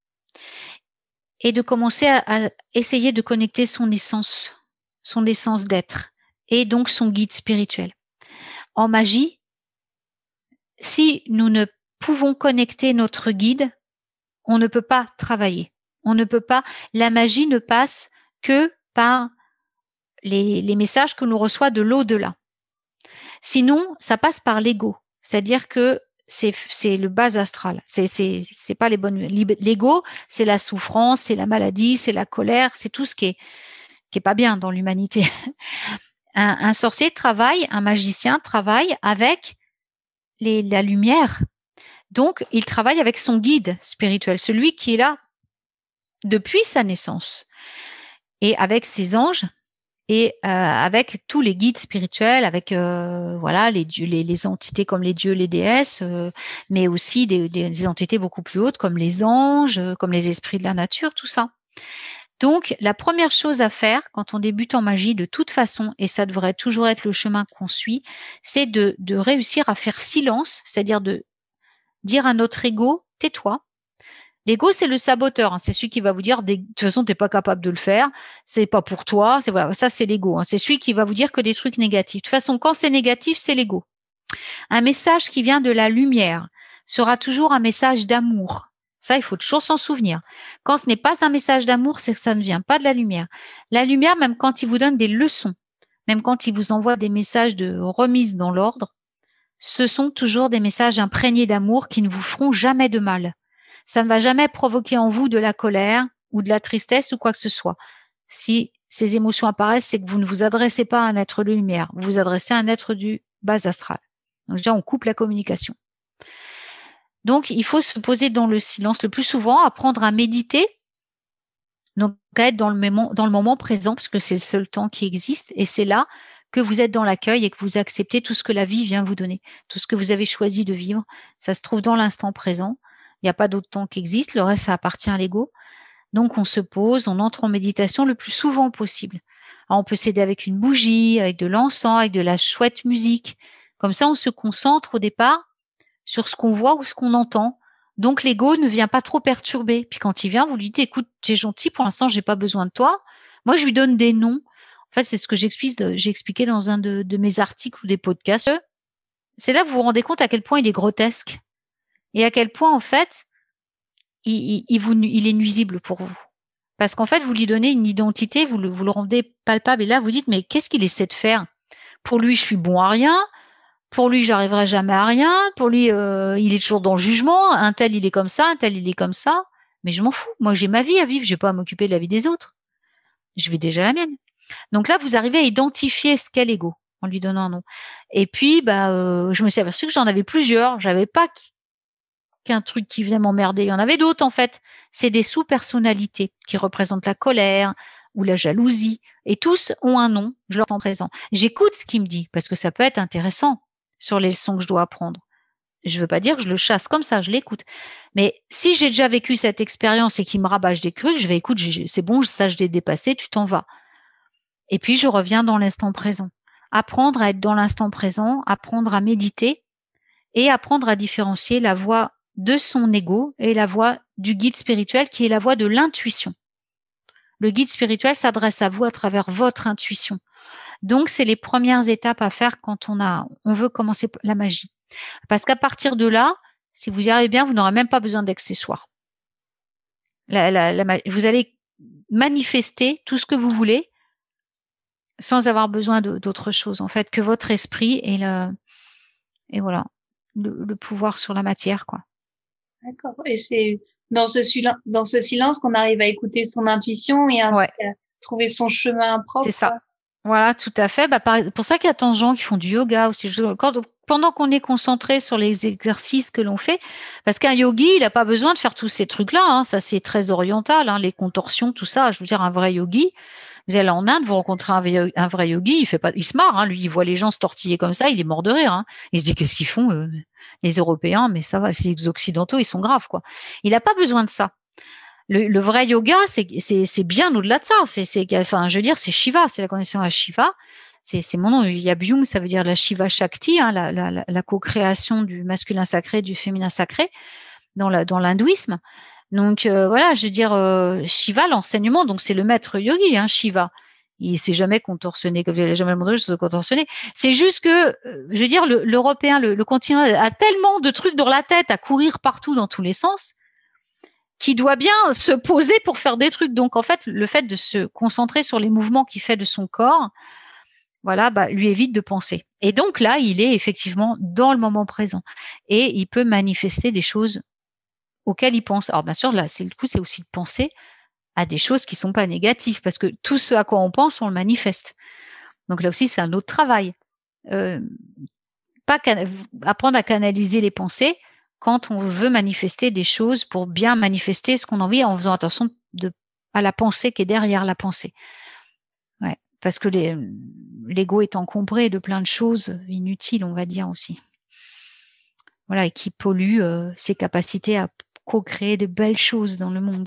et de commencer à, à essayer de connecter son essence, son essence d'être et donc son guide spirituel. En magie, si nous ne pouvons connecter notre guide, on ne peut pas travailler. On ne peut pas, la magie ne passe que par les, les messages que l'on reçoit de l'au-delà. Sinon, ça passe par l'ego. C'est-à-dire que c'est, c'est le bas astral. C'est, c'est, c'est pas les bonnes, l'ego, c'est la souffrance, c'est la maladie, c'est la colère, c'est tout ce qui est, qui est pas bien dans l'humanité. Un, un sorcier travaille, un magicien travaille avec les, la lumière. Donc, il travaille avec son guide spirituel, celui qui est là depuis sa naissance. Et avec ses anges, et euh, avec tous les guides spirituels, avec euh, voilà les dieux, les, les entités comme les dieux, les déesses, euh, mais aussi des, des, des entités beaucoup plus hautes comme les anges, comme les esprits de la nature, tout ça. Donc, la première chose à faire quand on débute en magie, de toute façon, et ça devrait toujours être le chemin qu'on suit, c'est de, de réussir à faire silence, c'est-à-dire de dire à notre ego, tais-toi. L'ego, c'est le saboteur. Hein. C'est celui qui va vous dire, de toute façon, t'es pas capable de le faire. C'est pas pour toi. C'est voilà, ça, c'est l'ego. Hein. C'est celui qui va vous dire que des trucs négatifs. De toute façon, quand c'est négatif, c'est l'ego. Un message qui vient de la lumière sera toujours un message d'amour. Ça, il faut toujours s'en souvenir. Quand ce n'est pas un message d'amour, c'est que ça ne vient pas de la lumière. La lumière, même quand il vous donne des leçons, même quand il vous envoie des messages de remise dans l'ordre, ce sont toujours des messages imprégnés d'amour qui ne vous feront jamais de mal. Ça ne va jamais provoquer en vous de la colère ou de la tristesse ou quoi que ce soit. Si ces émotions apparaissent, c'est que vous ne vous adressez pas à un être de lumière, vous vous adressez à un être du bas astral. Donc déjà, on coupe la communication. Donc, il faut se poser dans le silence le plus souvent, apprendre à méditer, donc à être dans le moment, dans le moment présent, parce que c'est le seul temps qui existe, et c'est là que vous êtes dans l'accueil et que vous acceptez tout ce que la vie vient vous donner, tout ce que vous avez choisi de vivre, ça se trouve dans l'instant présent. Il n'y a pas d'autre temps qui existe, le reste, ça appartient à l'ego. Donc, on se pose, on entre en méditation le plus souvent possible. Alors, on peut s'aider avec une bougie, avec de l'encens, avec de la chouette musique. Comme ça, on se concentre au départ sur ce qu'on voit ou ce qu'on entend Donc, l'ego ne vient pas trop perturber. Puis quand il vient, vous lui dites, écoute, tu es gentil, pour l'instant, j'ai pas besoin de toi. Moi, je lui donne des noms. En fait, c'est ce que j'explique, j'ai expliqué dans un de, de mes articles ou des podcasts. C'est là que vous vous rendez compte à quel point il est grotesque et à quel point, en fait, il, il, il, vous, il est nuisible pour vous. Parce qu'en fait, vous lui donnez une identité, vous le, vous le rendez palpable. Et là, vous dites, mais qu'est-ce qu'il essaie de faire? Pour lui, je suis bon à rien. Pour lui, j'arriverai jamais à rien. Pour lui, euh, il est toujours dans le jugement. Un tel, il est comme ça. Un tel, il est comme ça. Mais je m'en fous. Moi, j'ai ma vie à vivre. Je n'ai pas à m'occuper de la vie des autres. Je vais déjà la mienne. Donc là, vous arrivez à identifier ce qu'est l'ego en lui donnant un nom. Et puis, bah, euh, je me suis aperçue que j'en avais plusieurs. J'avais pas qu'un truc qui venait m'emmerder. Il y en avait d'autres, en fait. C'est des sous-personnalités qui représentent la colère ou la jalousie. Et tous ont un nom. Je leur en présent. J'écoute ce qu'il me dit parce que ça peut être intéressant sur les leçons que je dois apprendre. Je ne veux pas dire que je le chasse comme ça, je l'écoute. Mais si j'ai déjà vécu cette expérience et qu'il me rabâche des trucs, je vais écouter, c'est bon, ça je l'ai dépassé, tu t'en vas. Et puis je reviens dans l'instant présent. Apprendre à être dans l'instant présent, apprendre à méditer et apprendre à différencier la voix de son ego et la voix du guide spirituel qui est la voix de l'intuition. Le guide spirituel s'adresse à vous à travers votre intuition. Donc, c'est les premières étapes à faire quand on a, on veut commencer la magie. Parce qu'à partir de là, si vous y arrivez bien, vous n'aurez même pas besoin d'accessoires. La, la, la, vous allez manifester tout ce que vous voulez sans avoir besoin d'autre chose, en fait, que votre esprit et le, et voilà, le, le pouvoir sur la matière, quoi. D'accord. Et c'est dans ce, dans ce silence qu'on arrive à écouter son intuition et ainsi ouais. à trouver son chemin propre. C'est ça. Voilà, tout à fait. Bah, pour ça qu'il y a tant de gens qui font du yoga aussi. Quand, pendant qu'on est concentré sur les exercices que l'on fait, parce qu'un yogi, il n'a pas besoin de faire tous ces trucs-là. Hein, ça, c'est très oriental, hein, les contorsions, tout ça. Je veux dire, un vrai yogi, vous allez en Inde, vous rencontrez un, un vrai yogi, il fait pas, il se marre. Hein, lui, il voit les gens se tortiller comme ça, il est mort de rire. Hein. Il se dit, qu'est-ce qu'ils font euh, les Européens? Mais ça va, les Occidentaux, ils sont graves, quoi. Il n'a pas besoin de ça. Le, le vrai yoga, c'est bien au-delà de ça. C'est, enfin, je veux dire, c'est Shiva, c'est la connexion à Shiva. C'est mon nom, Yabyum, ça veut dire la Shiva Shakti, hein, la, la, la co-création du masculin sacré, du féminin sacré dans l'hindouisme. Dans donc euh, voilà, je veux dire, euh, Shiva, l'enseignement, donc c'est le maître yogi, hein, Shiva. Il s'est jamais contorsionné, comme il n'a jamais demandé de se contorsionner. C'est juste que, euh, je veux dire, l'Européen, le, le, le continent a tellement de trucs dans la tête à courir partout dans tous les sens, qui doit bien se poser pour faire des trucs. Donc, en fait, le fait de se concentrer sur les mouvements qu'il fait de son corps, voilà, bah, lui évite de penser. Et donc là, il est effectivement dans le moment présent. Et il peut manifester des choses auxquelles il pense. Alors, bien sûr, là, c'est le coup, c'est aussi de penser à des choses qui ne sont pas négatives, parce que tout ce à quoi on pense, on le manifeste. Donc là aussi, c'est un autre travail. Euh, pas apprendre à canaliser les pensées quand on veut manifester des choses pour bien manifester ce qu'on a envie en faisant attention de, à la pensée qui est derrière la pensée. Ouais, parce que l'ego est encombré de plein de choses inutiles, on va dire aussi. Voilà, et qui polluent euh, ses capacités à co-créer de belles choses dans le monde.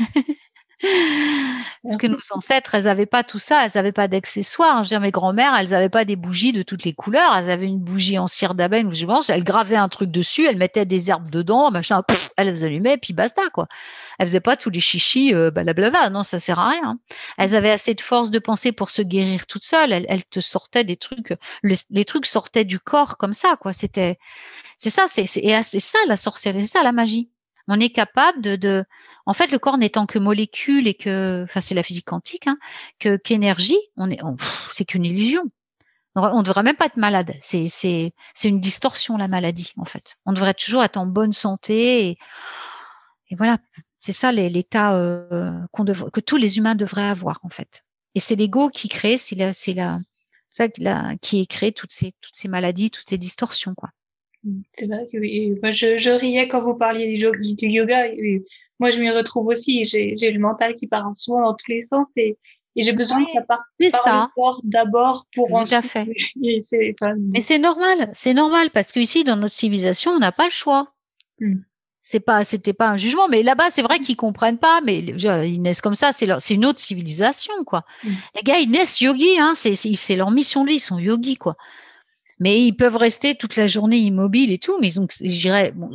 Parce que nos ancêtres, elles n'avaient pas tout ça, elles n'avaient pas d'accessoires. Je veux dire, mes grand-mères, elles n'avaient pas des bougies de toutes les couleurs. Elles avaient une bougie en cire d'abeille, ou je pense, elles gravaient un truc dessus, elles mettaient des herbes dedans, machin, pff, elles les allumaient, puis basta, quoi. Elles faisaient pas tous les chichis, euh, blablabla. Non, ça sert à rien. Elles avaient assez de force de pensée pour se guérir toutes seules. Elles, elles te sortaient des trucs, les, les trucs sortaient du corps comme ça, quoi. C'était, c'est ça, c'est, c'est, c'est ça la sorcellerie, c'est ça la magie. On est capable de, de, en fait, le corps n'étant que molécule et que, enfin, c'est la physique quantique, hein, que qu'énergie, on est, c'est qu'une illusion. On ne devrait même pas être malade. C'est, c'est, c'est une distorsion la maladie, en fait. On devrait toujours être en bonne santé et, et voilà. C'est ça l'état euh, qu'on devrait, que tous les humains devraient avoir, en fait. Et c'est l'ego qui crée, c'est la, c'est la, ça la, qui crée toutes ces, toutes ces maladies, toutes ces distorsions, quoi. C'est vrai que oui. Moi, je, je riais quand vous parliez du, du yoga. Et moi, je m'y retrouve aussi. J'ai le mental qui part souvent dans tous les sens et, et j'ai besoin oui, que ça parte par ça. le corps d'abord pour Tout ensuite. à fait. Enfin, mais c'est normal, c'est normal parce qu'ici, dans notre civilisation, on n'a pas le choix. Hmm. C'est pas, c'était pas un jugement, mais là-bas, c'est vrai qu'ils comprennent pas, mais ils naissent comme ça, c'est une autre civilisation, quoi. Hmm. Les gars, ils naissent yogis, hein, c'est leur mission, lui, ils sont yogis, quoi. Mais ils peuvent rester toute la journée immobiles et tout, mais ils ont, je dirais, bon,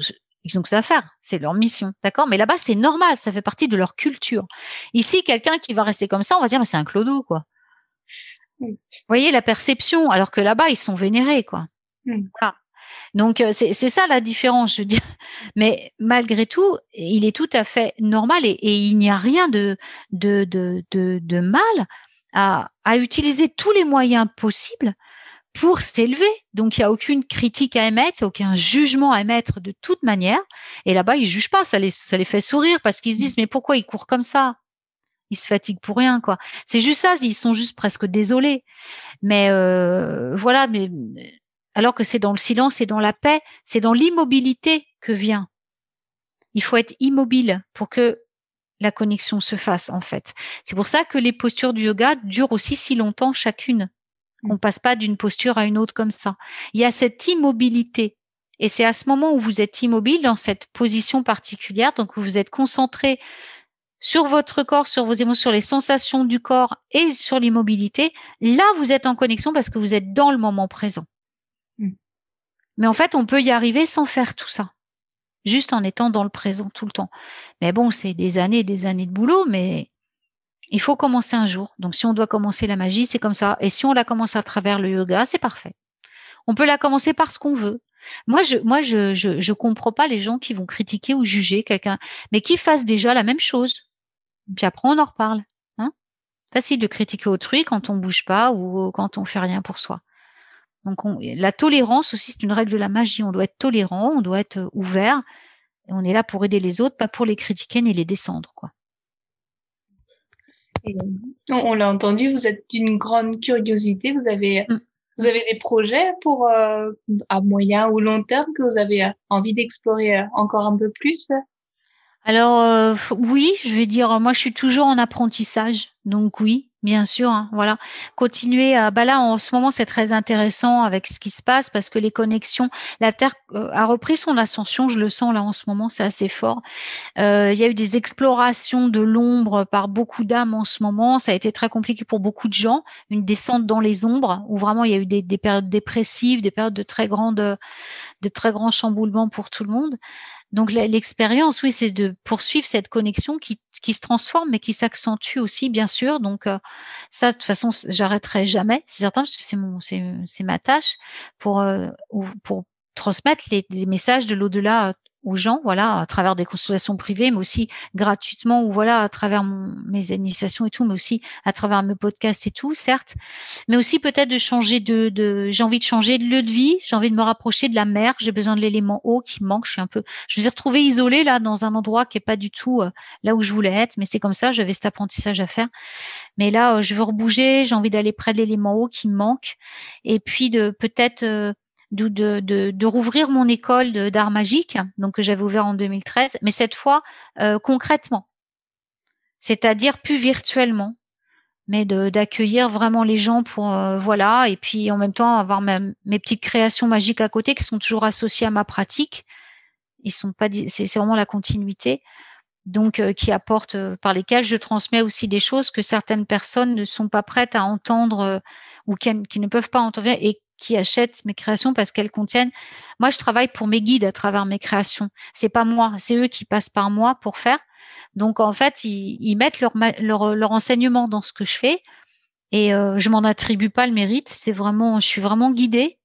Ils ont que ça à faire, c'est leur mission, d'accord? Mais là-bas, c'est normal, ça fait partie de leur culture. Ici, quelqu'un qui va rester comme ça, on va dire, mais c'est un clodo, quoi. Mm. Vous voyez la perception, alors que là-bas, ils sont vénérés, quoi. Mm. Voilà. Donc, euh, c'est, c'est ça la différence, je veux dire. Mais malgré tout, il est tout à fait normal et, et il n'y a rien de, de, de, de, de mal à, à utiliser tous les moyens possibles pour s'élever. Donc, il n'y a aucune critique à émettre, il n'y a aucun jugement à émettre de toute manière. Et là-bas, ils ne jugent pas, ça les, ça les fait sourire parce qu'ils se disent, mais pourquoi ils courent comme ça? Ils se fatiguent pour rien, quoi. C'est juste ça, ils sont juste presque désolés. Mais euh, voilà, mais alors que c'est dans le silence et dans la paix, c'est dans l'immobilité que vient. Il faut être immobile pour que la connexion se fasse, en fait. C'est pour ça que les postures du yoga durent aussi si longtemps chacune. On passe pas d'une posture à une autre comme ça. Il y a cette immobilité. Et c'est à ce moment où vous êtes immobile dans cette position particulière, donc où vous êtes concentré sur votre corps, sur vos émotions, sur les sensations du corps et sur l'immobilité. Là, vous êtes en connexion parce que vous êtes dans le moment présent. Mm. Mais en fait, on peut y arriver sans faire tout ça, juste en étant dans le présent tout le temps. Mais bon, c'est des années et des années de boulot, mais il faut commencer un jour. Donc, si on doit commencer la magie, c'est comme ça. Et si on la commence à travers le yoga, c'est parfait. On peut la commencer par ce qu'on veut. Moi, je, moi, je, je, je comprends pas les gens qui vont critiquer ou juger quelqu'un, mais qui fassent déjà la même chose. Puis après, on en reparle. Hein, facile de critiquer autrui quand on bouge pas ou quand on fait rien pour soi. Donc, on, la tolérance aussi, c'est une règle de la magie. On doit être tolérant, on doit être ouvert. Et on est là pour aider les autres, pas pour les critiquer ni les descendre, quoi. Et on, on l'a entendu, vous êtes d'une grande curiosité. Vous avez, mm. vous avez des projets pour euh, à moyen ou long terme que vous avez envie d'explorer encore un peu plus? Alors euh, oui, je vais dire, moi je suis toujours en apprentissage, donc oui, bien sûr, hein, voilà. Continuer à, bah là en ce moment c'est très intéressant avec ce qui se passe parce que les connexions, la Terre euh, a repris son ascension, je le sens là en ce moment, c'est assez fort. Euh, il y a eu des explorations de l'ombre par beaucoup d'âmes en ce moment, ça a été très compliqué pour beaucoup de gens, une descente dans les ombres où vraiment il y a eu des, des périodes dépressives, des périodes de très grandes, de très grands chamboulements pour tout le monde. Donc l'expérience, oui, c'est de poursuivre cette connexion qui, qui se transforme, mais qui s'accentue aussi, bien sûr. Donc euh, ça, de toute façon, j'arrêterai jamais, c'est certain, parce que c'est mon, c'est, c'est ma tâche pour euh, pour transmettre les, les messages de l'au-delà aux gens, voilà, à travers des consultations privées, mais aussi gratuitement, ou voilà, à travers mon, mes initiations et tout, mais aussi à travers mes podcasts et tout, certes, mais aussi peut-être de changer de, de j'ai envie de changer de lieu de vie, j'ai envie de me rapprocher de la mer, j'ai besoin de l'élément eau qui me manque, je suis un peu, je me suis retrouvée isolée là dans un endroit qui est pas du tout euh, là où je voulais être, mais c'est comme ça, j'avais cet apprentissage à faire. Mais là, euh, je veux rebouger, j'ai envie d'aller près de l'élément eau qui me manque, et puis de peut-être euh, de, de, de, de rouvrir mon école d'art magique, donc que j'avais ouvert en deux mille treize, mais cette fois euh, concrètement, c'est-à-dire plus virtuellement, mais de, d'accueillir vraiment les gens pour euh, voilà, et puis en même temps avoir ma, mes petites créations magiques à côté qui sont toujours associées à ma pratique. Ils sont pas, c'est, c'est vraiment la continuité, donc euh, qui apporte, euh, par lesquelles je transmets aussi des choses que certaines personnes ne sont pas prêtes à entendre euh, ou qui, qui ne peuvent pas entendre et qui achètent mes créations parce qu'elles contiennent. Moi, je travaille pour mes guides à travers mes créations. C'est pas moi, c'est eux qui passent par moi pour faire. Donc en fait, ils, ils mettent leur, leur, leur enseignement dans ce que je fais et euh, je m'en attribue pas le mérite. C'est vraiment, je suis vraiment guidée.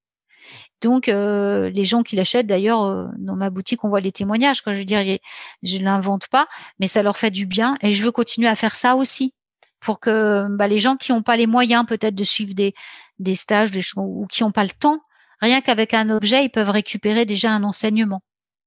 Donc euh, les gens qui l'achètent, d'ailleurs, euh, dans ma boutique, on voit les témoignages. Quoi. Je veux dire, je l'invente pas, mais ça leur fait du bien et je veux continuer à faire ça aussi pour que bah, les gens qui n'ont pas les moyens peut-être de suivre des, des stages des, ou qui n'ont pas le temps, rien qu'avec un objet, ils peuvent récupérer déjà un enseignement.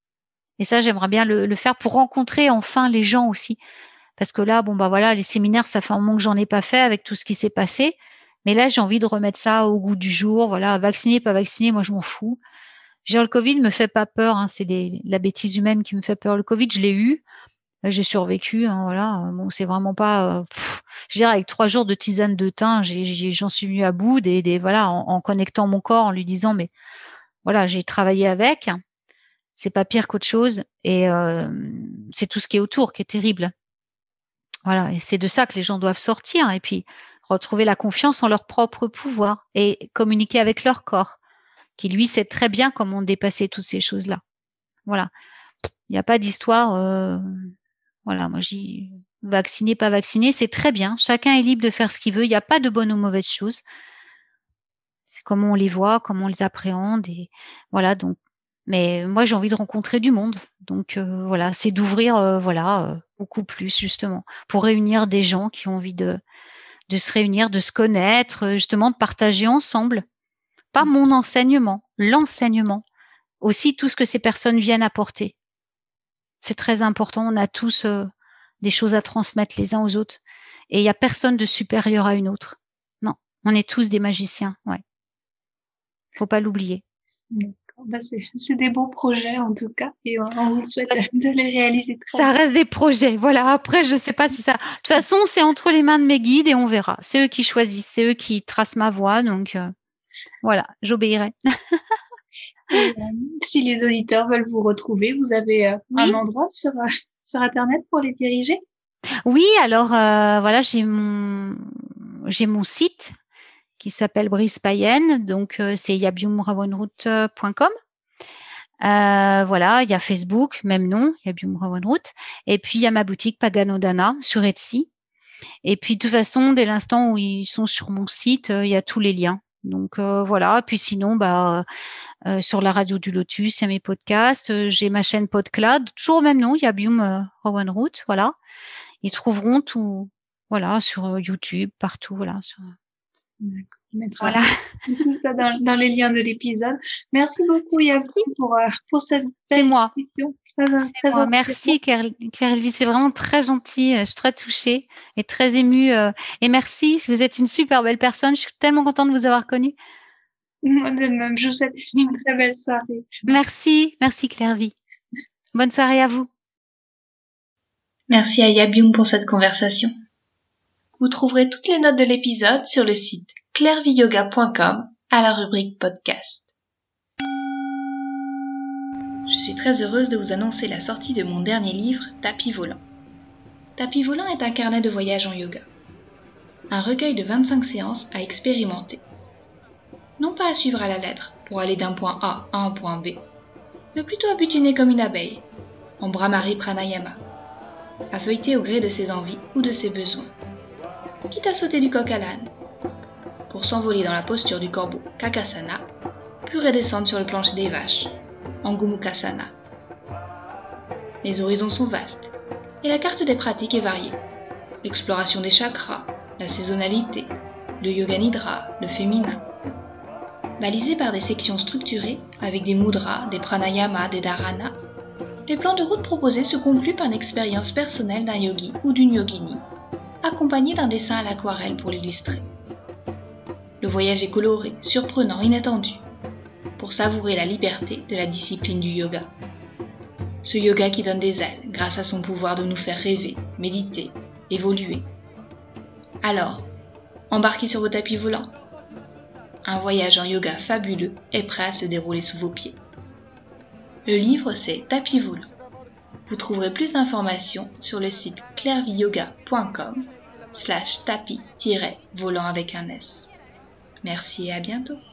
Et ça, j'aimerais bien le, le faire pour rencontrer enfin les gens aussi. Parce que là, bon, bah voilà, les séminaires, ça fait un moment que j'en ai pas fait avec tout ce qui s'est passé. Mais là, j'ai envie de remettre ça au goût du jour. Voilà, vacciner, pas vacciner, moi, je m'en fous. Genre, le Covid me fait pas peur. Hein, c'est les, la bêtise humaine qui me fait peur. Le Covid, je l'ai eu. J'ai survécu. Hein, voilà, bon, c'est vraiment pas. Euh, pff, je veux dire, avec trois jours de tisane de thym, j'ai, j'ai, j'en suis venue à bout. Des, des voilà, en, en connectant mon corps, en lui disant, mais voilà, j'ai travaillé avec. C'est pas pire qu'autre chose. Et euh, c'est tout ce qui est autour qui est terrible. Voilà, et c'est de ça que les gens doivent sortir et puis retrouver la confiance en leur propre pouvoir et communiquer avec leur corps, qui lui sait très bien comment dépasser toutes ces choses-là. Voilà. Il n'y a pas d'histoire. Euh, voilà, moi j'y vacciné, pas vacciné, c'est très bien. Chacun est libre de faire ce qu'il veut. Il n'y a pas de bonnes ou mauvaises choses. C'est comment on les voit, comment on les appréhende et voilà. Donc, mais moi j'ai envie de rencontrer du monde. Donc euh, voilà, c'est d'ouvrir euh, voilà euh, beaucoup plus justement pour réunir des gens qui ont envie de de se réunir, de se connaître, euh, justement de partager ensemble. Pas mon enseignement, l'enseignement. Aussi tout ce que ces personnes viennent apporter. C'est très important. On a tous euh, des choses à transmettre les uns aux autres. Et il n'y a personne de supérieur à une autre. Non, on est tous des magiciens. Ouais. Faut pas l'oublier. Bah, c'est, c'est des beaux projets en tout cas et on, on vous souhaite de les réaliser. Très ça bien. Reste des projets. Voilà. Après, je sais pas si ça. De toute façon, c'est entre les mains de mes guides et on verra. C'est eux qui choisissent, c'est eux qui tracent ma voie. Donc euh, voilà, j'obéirai. Et, euh, si les auditeurs veulent vous retrouver, vous avez euh, oui. un endroit sur euh, sur Internet pour les diriger? Oui, alors euh, voilà, j'ai mon j'ai mon site qui s'appelle Brice Payen, donc euh, c'est yabium rawenroute point com. Euh, voilà, il y a Facebook, même nom, Yabium Rawenroute. Et puis il y a ma boutique Paganodana sur Etsy. Et puis de toute façon, dès l'instant où ils sont sur mon site, euh, il y a tous les liens. Donc euh, voilà. Puis sinon, bah euh, sur la radio du Lotus, il y a mes podcasts. Euh, j'ai ma chaîne PodCloud, toujours au même nom, Yabium euh, Rawenroute. Voilà. Ils trouveront tout, voilà, sur euh, YouTube, partout, voilà. Sur... D'accord. On mettra voilà. tout ça dans, dans les liens de l'épisode. Merci beaucoup, Yabi, pour, euh, pour cette belle moi. discussion. Très, très moi. Merci, Claire, Claire Elvie. C'est vraiment très gentil. Je suis très touchée et très émue. Et merci. Vous êtes une super belle personne. Je suis tellement contente de vous avoir connue. Moi de même. Je vous souhaite une très belle soirée. Merci. Merci, Claire Elvie. Bonne soirée à vous. Merci à Yabium pour cette conversation. Vous trouverez toutes les notes de l'épisode sur le site claire vie yoga point com à la rubrique podcast. Je suis très heureuse de vous annoncer la sortie de mon dernier livre, Tapis volant. Tapis volant est un carnet de voyage en yoga. Un recueil de vingt-cinq séances à expérimenter. Non pas à suivre à la lettre pour aller d'un point A à un point B, mais plutôt à butiner comme une abeille, en Brahmari Pranayama, à feuilleter au gré de ses envies ou de ses besoins. Quitte à sauter du coq à l'âne, pour s'envoler dans la posture du corbeau Kakasana, puis redescendre sur le plancher des vaches, en Gomukhasana. Les horizons sont vastes, et la carte des pratiques est variée. L'exploration des chakras, la saisonnalité, le yoga nidra, le féminin. Balisés par des sections structurées, avec des mudras, des pranayamas, des dharanas, les plans de route proposés se concluent par une expérience personnelle d'un yogi ou d'une yogini, accompagné d'un dessin à l'aquarelle pour l'illustrer. Le voyage est coloré, surprenant, inattendu, pour savourer la liberté de la discipline du yoga. Ce yoga qui donne des ailes grâce à son pouvoir de nous faire rêver, méditer, évoluer. Alors, embarquez sur vos tapis volants. Un voyage en yoga fabuleux est prêt à se dérouler sous vos pieds. Le livre, c'est Tapis volant. Vous trouverez plus d'informations sur le site claire vie yoga point com slash tapis volant avec un S. Merci et à bientôt.